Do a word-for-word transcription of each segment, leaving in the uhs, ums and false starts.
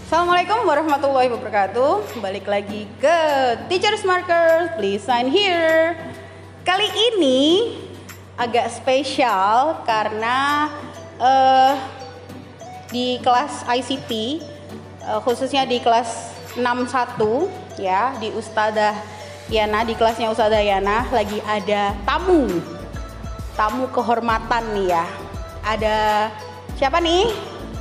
Assalamualaikum warahmatullahi wabarakatuh. Balik lagi ke Teachers Marker, please sign here. Kali ini agak spesial karena uh, di kelas I C T, uh, khususnya di kelas enam satu ya, di Ustadzah Yana, di kelasnya Ustadzah Yana lagi ada tamu. Tamu kehormatan nih ya. Ada siapa nih?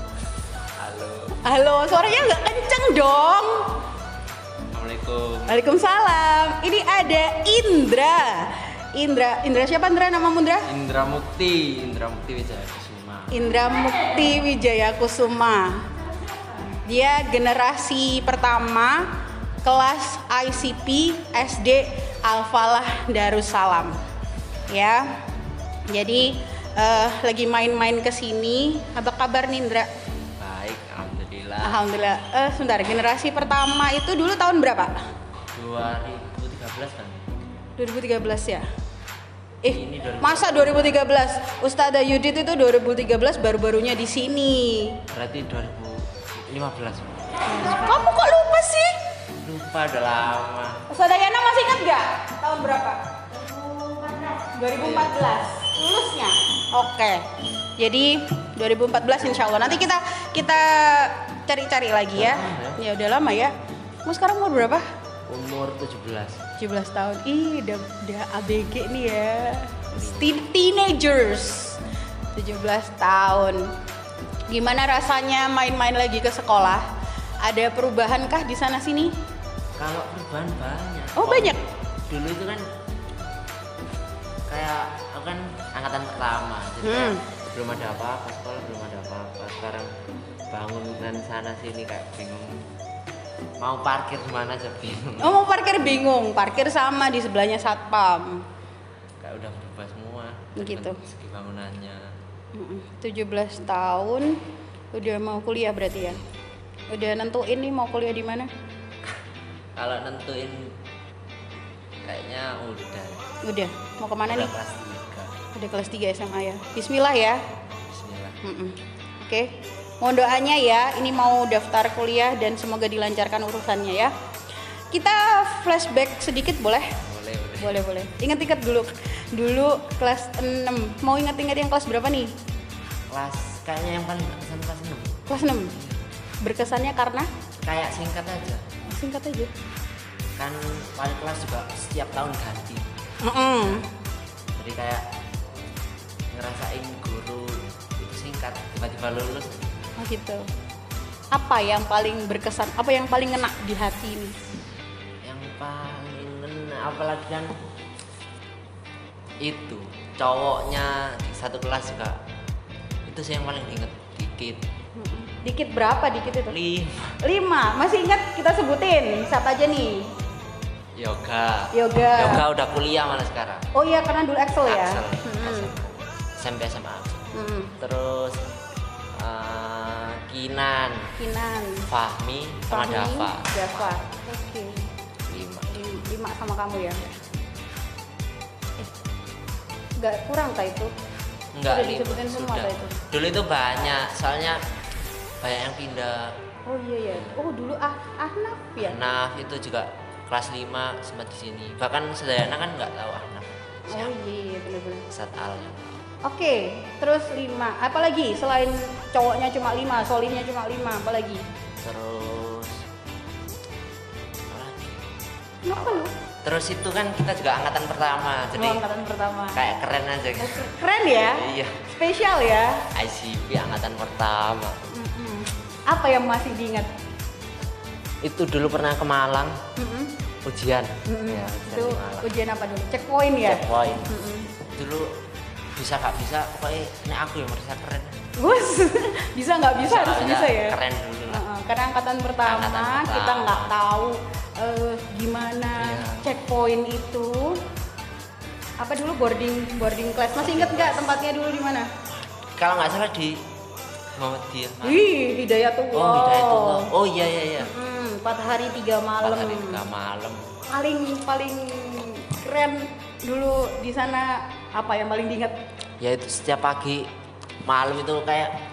Halo, suaranya nggak kenceng dong. Assalamualaikum. Waalaikumsalam. Ini ada Indra. Indra, Indra siapa Indra? Namamu Indra? Indra Mukti, Indra Mukti Wijaya Kusuma. Indra Mukti Wijaya Kusuma. Dia generasi pertama kelas I C P S D Al-Falah Darussalam. Ya. Jadi uh, lagi main-main ke sini. Apa kabar nih Indra? Alhamdulillah. Eh, sebentar, generasi pertama itu dulu tahun berapa? dua ribu tiga belas kan? dua ribu tiga belas ya? Eh, ini dua ribu tiga belas. Masa dua ribu tiga belas? Ustadzah Yudit itu dua ribu tiga belas baru-barunya di sini. Berarti dua ribu lima belas. Kamu kok lupa sih? Lupa, udah lama. Ustadzah Yana masih ingat gak? Tahun berapa? dua ribu empat belas. Lulusnya? Oke. Jadi dua ribu empat belas insya Allah. Nanti kita kita cari-cari lagi ya. Ya udah lama ya. Kamu sekarang umur berapa? Umur tujuh belas. tujuh belas tahun. Ih, udah, udah A B G nih ya. Teen- Teenagers. tujuh belas tahun. Gimana rasanya main-main lagi ke sekolah? Ada perubahan kah di sana sini? Kalau perubahan banyak. Oh, Kok banyak. Dulu itu kan kayak aku kan angkatan pertama. Jadi Hmm. kayak belum ada apa-apa, sekolah belum ada apa-apa. Sekarang bangunan sana sini kayak bingung. Mau parkir di mana aja bingung. Oh, mau parkir bingung. Parkir sama di sebelahnya satpam. Kayak udah berubah semua. Gitu. Segi bangunannya. Mm-mm. tujuh belas tahun udah mau kuliah berarti ya. Udah nentuin nih mau kuliah di mana? Kalau nentuin kayaknya udah. Udah. Mau kemana Udah nih? kelas tiga. Udah kelas tiga S M A ya. Bismillah ya. Bismillah. Mm-mm. Oke. Mohon doanya ya. Ini mau daftar kuliah dan semoga dilancarkan urusannya ya. Kita flashback sedikit boleh? Boleh, boleh. Boleh, boleh. Ingat-ingat dulu. Dulu kelas enam. Mau ingat-ingat yang kelas berapa nih? Kelas kayaknya yang paling berkesan kelas enam. Kelas enam. Berkesannya karena Kayak singkat aja. singkat aja. Kan wali kelas juga setiap tahun ganti. Mm-mm. Jadi kayak ngerasain guru itu singkat, tiba-tiba lulus. Oh gitu. Apa yang paling berkesan? Apa yang paling ngena di hati ini? Yang paling ngena apalagi kan itu cowoknya di satu kelas juga. Itu sih yang paling diinget dikit. Mm-mm. Dikit berapa dikit itu? Lima. Lima. Masih ingat kita sebutin siapa aja nih? Yoga. Yoga. Yoga udah kuliah malah sekarang. Oh iya karena dulu Excel ya. Axel, Mm-mm. S M P S M A. Mm-mm. Terus uh, Kinan, Kinan. Fahmi, sama Fahmi, Dava. Dava. Oke. Lima. Lim- Lima sama kamu ya. Eh, nggak kurang kah itu? Enggak, Sudah lima. disebutin semua Sudah. kah itu? Dulu itu banyak, soalnya banyak yang pindah. Oh iya ya. Oh dulu ah Ahnaf ya. Ahnaf itu juga kelas lima sempat di sini. Bahkan Sedayana kan nggak tahu Ahnaf. Oh iya benar-benar. Sat Al. Oke, terus lima. Apalagi selain cowoknya cuma lima, solihnya cuma lima, apalagi? Terus apa lagi? Kenapa lu? Terus itu kan kita juga angkatan pertama, jadi Oh, angkatan pertama. kayak keren aja gitu. Keren ya? Iya. Spesial ya? I C P angkatan pertama. Mm-mm. Apa yang masih diingat? Itu dulu pernah ke Malang Mm-mm. ujian. Mm-mm. Ya, ujian Itu di Malang. ujian apa dulu? Checkpoint ya? Checkpoint. Mm-mm. Dulu bisa nggak bisa, pokoknya ini aku yang merasa keren. Gus, bisa nggak bisa harus Soalnya bisa ya? Keren dulu lah. Uh-uh, karena angkatan pertama, Angkatan pertama. kita nggak tahu eh, gimana Iya. checkpoint itu. Apa dulu boarding boarding class? Masih inget nggak tempatnya dulu di mana? Kalau nggak salah di Muhammadiyah. Wih, Hidayatullah. Oh Hidayatullah. Oh iya iya iya. Hmm, empat hari tiga malam. Empat hari tiga malam. Paling paling keren dulu di sana apa yang paling diingat? Ya itu setiap pagi malam itu kayak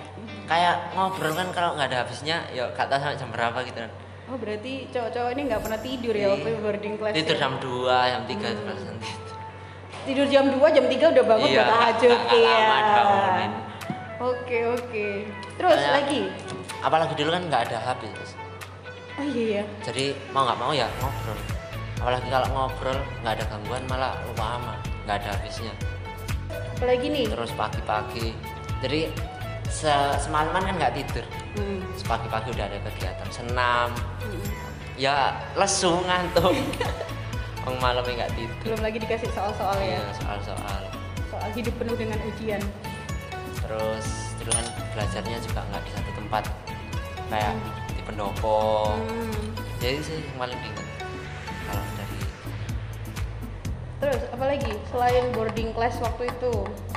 kayak ngobrol kan kalau nggak ada habisnya ya gak tahu sampai jam berapa gitu kan. Oh berarti cowok-cowok ini nggak pernah tidur ya waktu boarding class? Tidur ya? jam dua, jam tiga hmm. terus nanti. Tidur jam dua, jam tiga udah bangun Iya, buat tahajud ya. bangunin. Oke oke. Terus Kayak, lagi? Apalagi dulu kan nggak ada H P terus. Oh iya ya. Jadi mau nggak mau ya ngobrol. Apalagi kalau ngobrol nggak ada gangguan malah lupa lama, nggak ada habisnya. Apalagi nih? Terus pagi-pagi. Jadi se- semalaman kan nggak tidur. Hmm. Pagi-pagi udah ada kegiatan senam. Hmm. Ya lesu ngantuk. Orang malamnya nggak tidur. Belum lagi dikasih soal-soal ya. Iya, soal-soal. Soal hidup penuh dengan ujian. Terus dulu kan belajarnya juga nggak di satu tempat. Kayak hmm. di pendopo. Hmm. Jadi sih yang paling diingat kalau dari. Terus apalagi selain boarding class waktu itu?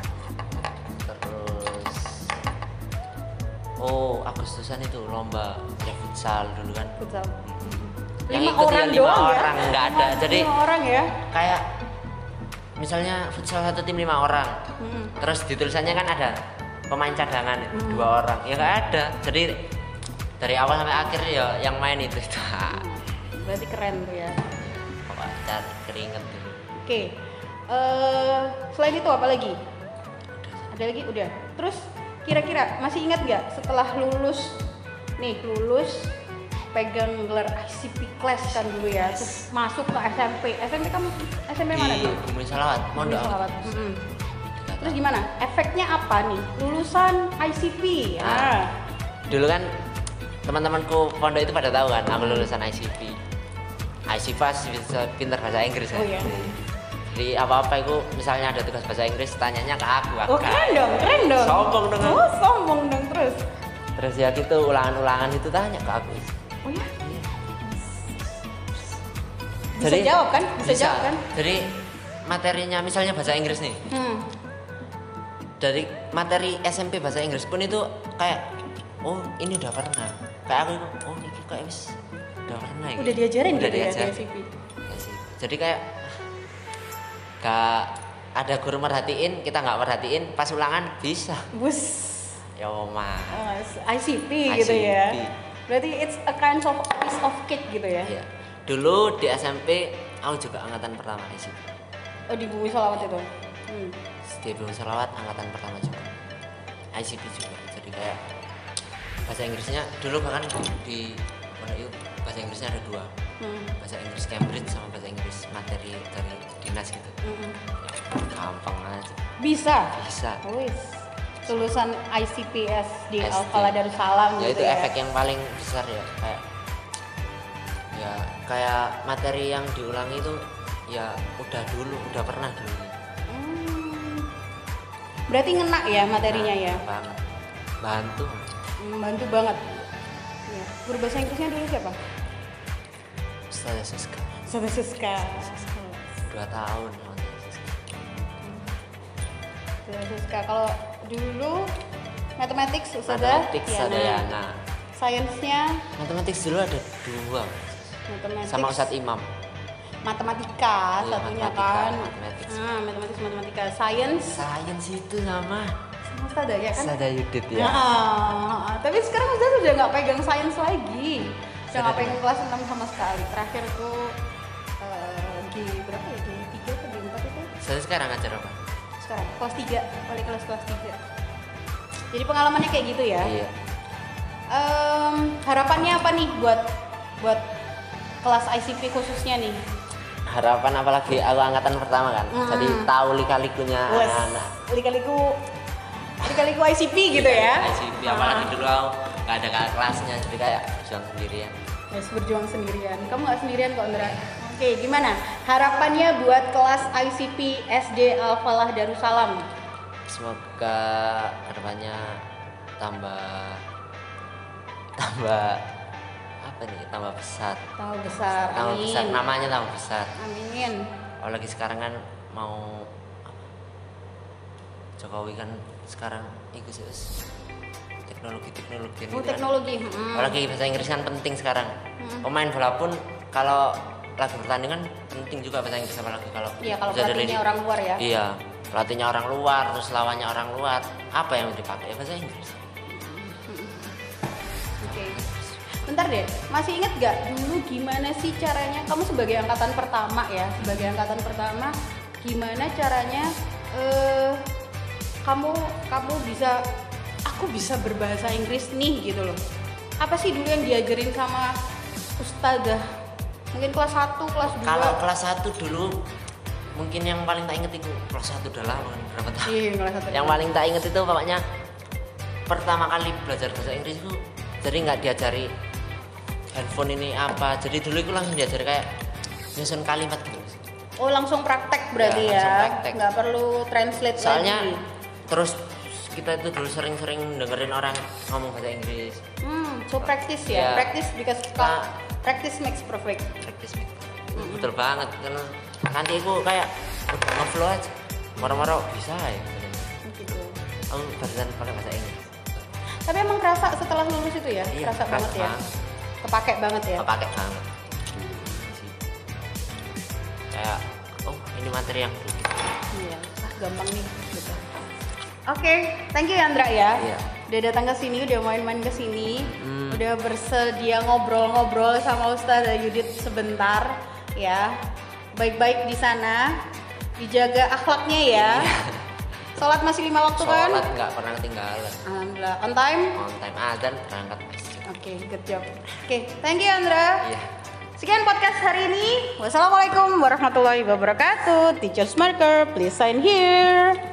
Terus oh Agustusan itu lomba ya futsal dulu kan. Futsal. Yang lima ikut orang ya lima doang orang ya? nggak ada. Jadi lima orang ya. Kayak misalnya futsal satu tim lima orang. Hmm. Terus di tulisannya kan ada pemain cadangan hmm. dua orang. Ya nggak ada. Jadi dari awal sampai akhir ya yang main itu. Hmm. Berarti keren tuh ya. Pacar keringet dulu. Oke. Okay. Uh, selain itu apa lagi? Udah. Ada lagi? Udah. Terus kira-kira masih ingat nggak setelah lulus nih lulus pegang gelar I C P class kan dulu ya, terus masuk ke S M P. S M P kamu S M P mana dulu? Di Bumi Salawat, Mondok. Mm-hmm. Terus gimana? Efeknya apa nih? Lulusan I C P. Ya. Nah, dulu kan teman-temanku pondok itu pada tahu kan, aku lulusan I C P. I C P bisa pintar bahasa Inggris kan. Oh iya. Jadi apa-apa itu misalnya ada tugas bahasa Inggris tanyanya ke aku. Oh keren dong, keren dong. Sombong dong. Oh sombong dong terus. Terus ya gitu ulangan-ulangan itu tanya ke aku. Oh ya? Iya. Bisa jadi, jawab kan? Bisa, bisa jawab kan? Jadi materinya misalnya bahasa Inggris nih. Hmm. Dari materi S M P bahasa Inggris pun itu kayak oh ini udah pernah. Kayak aku oh ini kayak wis udah pernah gitu. Udah diajarin udah gitu diajarin. Ya S M P. Jadi kayak gak ada guru merhatiin, kita nggak merhatiin, pas ulangan bisa. Bus. Ya mah. Oh, I C P gitu ya. Berarti it's a kind of piece of cake gitu ya? Iya. Dulu di S M P aku juga angkatan pertama I C P. Oh di Bumi Salawat itu? Hmm. Di Bumi Salawat angkatan pertama juga. I C P juga. Jadi kayak bahasa Inggrisnya dulu bahkan di mana itu bahasa Inggrisnya ada dua. Hmm. Bahasa Inggris Cambridge sama bahasa Inggris materi dari dinas gitu. Hmm. Ya, gampang aja. Bisa? Bisa. Wis. Lulusan I C P S di Al-Falah Darussalam ya gitu itu ya. Efek yang paling besar ya kayak ya kayak materi yang diulangi itu ya udah dulu udah pernah dulu. Hmm. Berarti ngena ya materinya nah, ya. Banget. Bantu. Bantu banget. Ya. Guru bahasa Inggrisnya dulu siapa? Ustazah Siska. Ustazah Siska. Dua tahun. Ustazah Siska. Kalau dulu matematik Ustazah Yana. Sainsnya matematik dulu ada dua. Matematik sama Ustadz Imam. Matematika iya, satunya matematika, kan. Matematik. Nah, matematik matematika. Sains. Sains itu sama. Sama Ustazah ya kan? Ustazah Yudit ya. Nah, tapi sekarang Ustazah udah nggak pegang sains lagi. Udah nggak pegang kelas enam sama sekali. Terakhir tuh uh, di berapa ya? Di tiga atau di empat itu? Saya sekarang ngajar apa? Sekarang kelas tiga, balik kelas kelas tiga. Jadi pengalamannya kayak gitu ya? Iya. Um, harapannya apa nih buat buat kelas I C P khususnya nih? Harapan apalagi aku angkatan pertama kan, hmm. jadi tahu lika-likunya anak-anak. Lika-liku, lika-liku I C P gitu ya? I C P apalagi dulu aku nggak ada kakak kelasnya, jadi kayak berjuang sendirian. Yes, berjuang sendirian. Kamu nggak sendirian kok, Indra. Oke, gimana? Harapannya buat kelas I C P S D Al-Falah Darussalam? Semoga harapannya tambah tambah apa nih tambah besar tambah besar tambah amin. besar namanya tambah besar amin. Apalagi sekarang kan mau Jokowi kan sekarang ikut sih teknologi teknologi oh, teknologi kan. hmm. Apalagi bahasa Inggris kan penting sekarang hmm. Pemain bola pun kalau lagi pertandingan penting juga bahasa Inggris apalagi kalau iya kalau pelatihnya orang luar ya iya pelatihnya orang luar terus lawannya orang luar apa yang dipakai bahasa Inggris. bentar deh, masih inget gak dulu gimana sih caranya kamu sebagai angkatan pertama ya, sebagai angkatan pertama gimana caranya eh, kamu kamu bisa aku bisa berbahasa Inggris nih gitu loh. Apa sih dulu yang diajarin sama ustazah? Mungkin kelas satu, kelas dua. Kalau kelas satu dulu mungkin yang paling tak inget itu kelas satu udah lama kan berapa tahun. Iya, kelas satu. Yang paling tak inget itu pokoknya pertama kali belajar bahasa Inggris itu jadi nggak diajari handphone ini apa. Jadi dulu itu langsung diajari kayak nyusun kalimat gitu. Oh, langsung praktek berarti Ya, langsung ya. praktek. Nggak perlu translate Soalnya lagi. terus kita itu dulu sering-sering dengerin orang ngomong bahasa Inggris. Hmm, so practice ya. Ya. Practice because Nah. practice makes perfect. Praktis hmm. betul banget karena nanti aku kayak udah ngeflow aja moro-moro bisa ya Gitu. aku belajar pakai bahasa Inggris. Tapi emang kerasa setelah lulus itu ya, Iya, kerasa kerasa banget ya. banget. Kepake banget ya. Kepake banget kayak oh ini materi yang dulu. Iya, ah, gampang nih gitu. Oke, thank you Andra ya. Iya. Udah datang ke sini, udah main-main ke sini, Hmm. udah bersedia ngobrol-ngobrol sama Ustazah Yudit sebentar ya. Baik-baik di sana, dijaga akhlaknya ya. Sholat masih lima waktu kan? Sholat nggak pernah ketinggalan, Alhamdulillah, on time. on time azan berangkat masjid. Oke, good job. Oke, thank you Andra. Iya. Sekian podcast hari ini. Wassalamualaikum warahmatullahi wabarakatuh. Teachers Marker, please sign here.